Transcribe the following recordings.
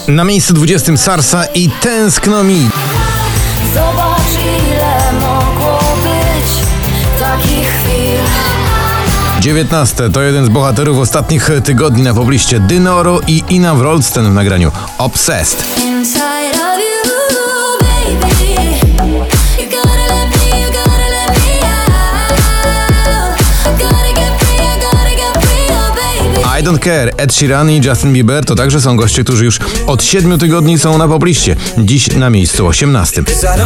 Na miejscu 20 Sarsa i Tęskno mi. Zobacz, ile mogło być takich chwil. 19 to jeden z bohaterów ostatnich tygodni na pobliście. Dynoro i Ina Wroldsten w nagraniu Obsessed. Inside of you, baby. You gotta let me, you gotta let me out. Gotta get free, oh baby. I Don't Care, Ed Sheeran i Justin Bieber to także są goście, którzy już od 7 tygodni są na pobliście. Dziś na miejscu 18.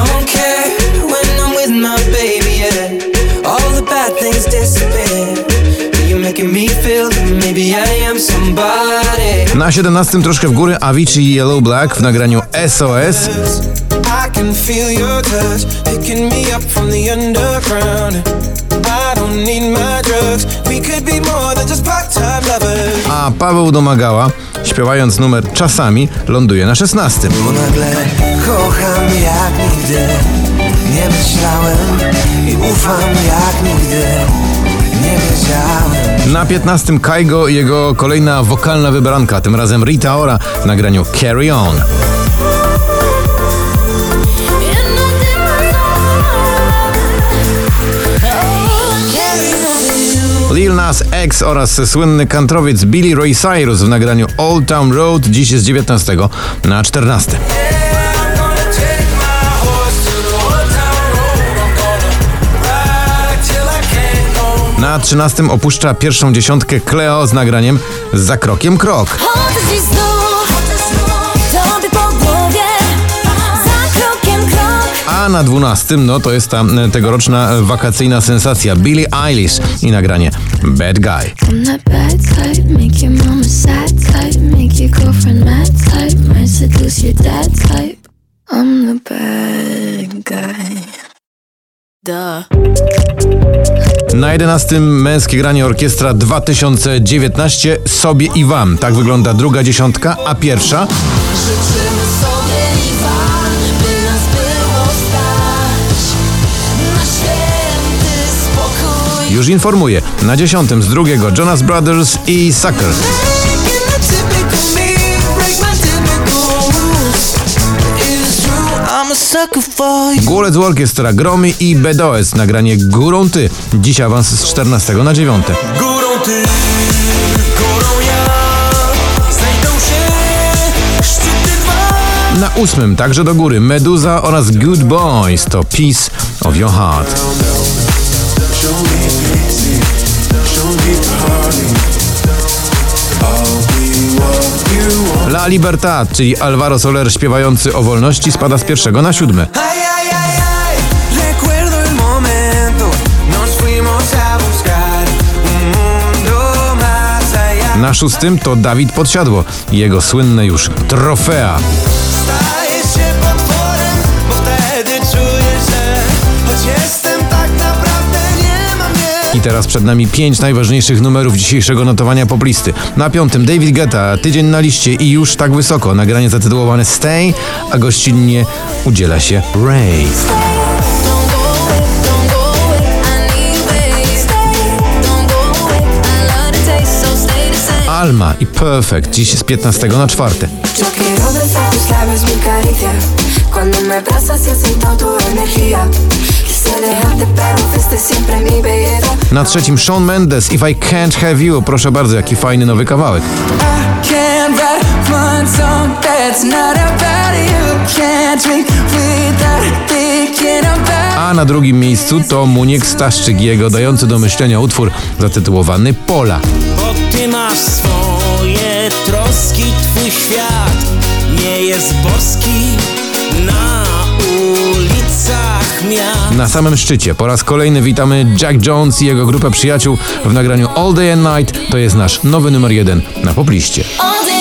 Na 17 troszkę w górę Avicii i Yellow Black w nagraniu SOS. A Paweł Domagała, śpiewając numer Czasami, ląduje na 16. Bo nagle kocham jak nigdy, nie myślałem i ufam jak nigdy, nie wiedziałem. Na 15 Kygo i jego kolejna wokalna wybranka, tym razem Rita Ora w nagraniu Carry On. Lil Nas X oraz słynny kantrowiec Billy Ray Cyrus w nagraniu Old Town Road dziś z 19 na 14. Na 13 opuszcza pierwszą dziesiątkę Cleo z nagraniem Za krokiem krok. A na 12 no to jest ta tegoroczna wakacyjna sensacja Billie Eilish i nagranie Bad Guy. Na 11 męskie granie orkiestra 2019 Sobie i Wam. Tak wygląda druga dziesiątka, a pierwsza Życzymy sobie i wam, by nas było stać na święty spokój. już informuję. Na 10 z drugiego Jonas Brothers i Sucker. Górec Orkiestra Gromy i BDOS nagranie Górą Ty. Dziś awans z 14 na 9. Górą ty, górą ja, znajdą się szczyty dwa. Na 8 także do góry Meduza oraz Good Boys to Piece of Your Heart. La Libertad, czyli Alvaro Soler śpiewający o wolności, spada z 1 na 7. Na 6 to Dawid Podsiadło i jego słynne już Trofea. Stajesz się potworem, bo wtedy czujesz, że choć jestem tak naprawdę nie mam nie. I teraz przed nami 5 najważniejszych numerów dzisiejszego notowania poplisty. Na 5 David Guetta, Tydzień na liście i już tak wysoko. Nagranie zatytułowane Stay, a gościnnie udziela się Ray. Alma i Perfect dziś z 15 na 4. Na 3 Shawn Mendes If I Can't Have You. Proszę bardzo, jaki fajny nowy kawałek. A na drugim miejscu to Muniek Staszczyk i jego dający do myślenia utwór zatytułowany Pola. Bo ty masz swoje troski, twój świat nie jest boski na ulicach miast. Na samym szczycie po raz kolejny witamy Jack Jones i jego grupę przyjaciół w nagraniu All Day and Night. To jest nasz nowy numer 1 na popliście.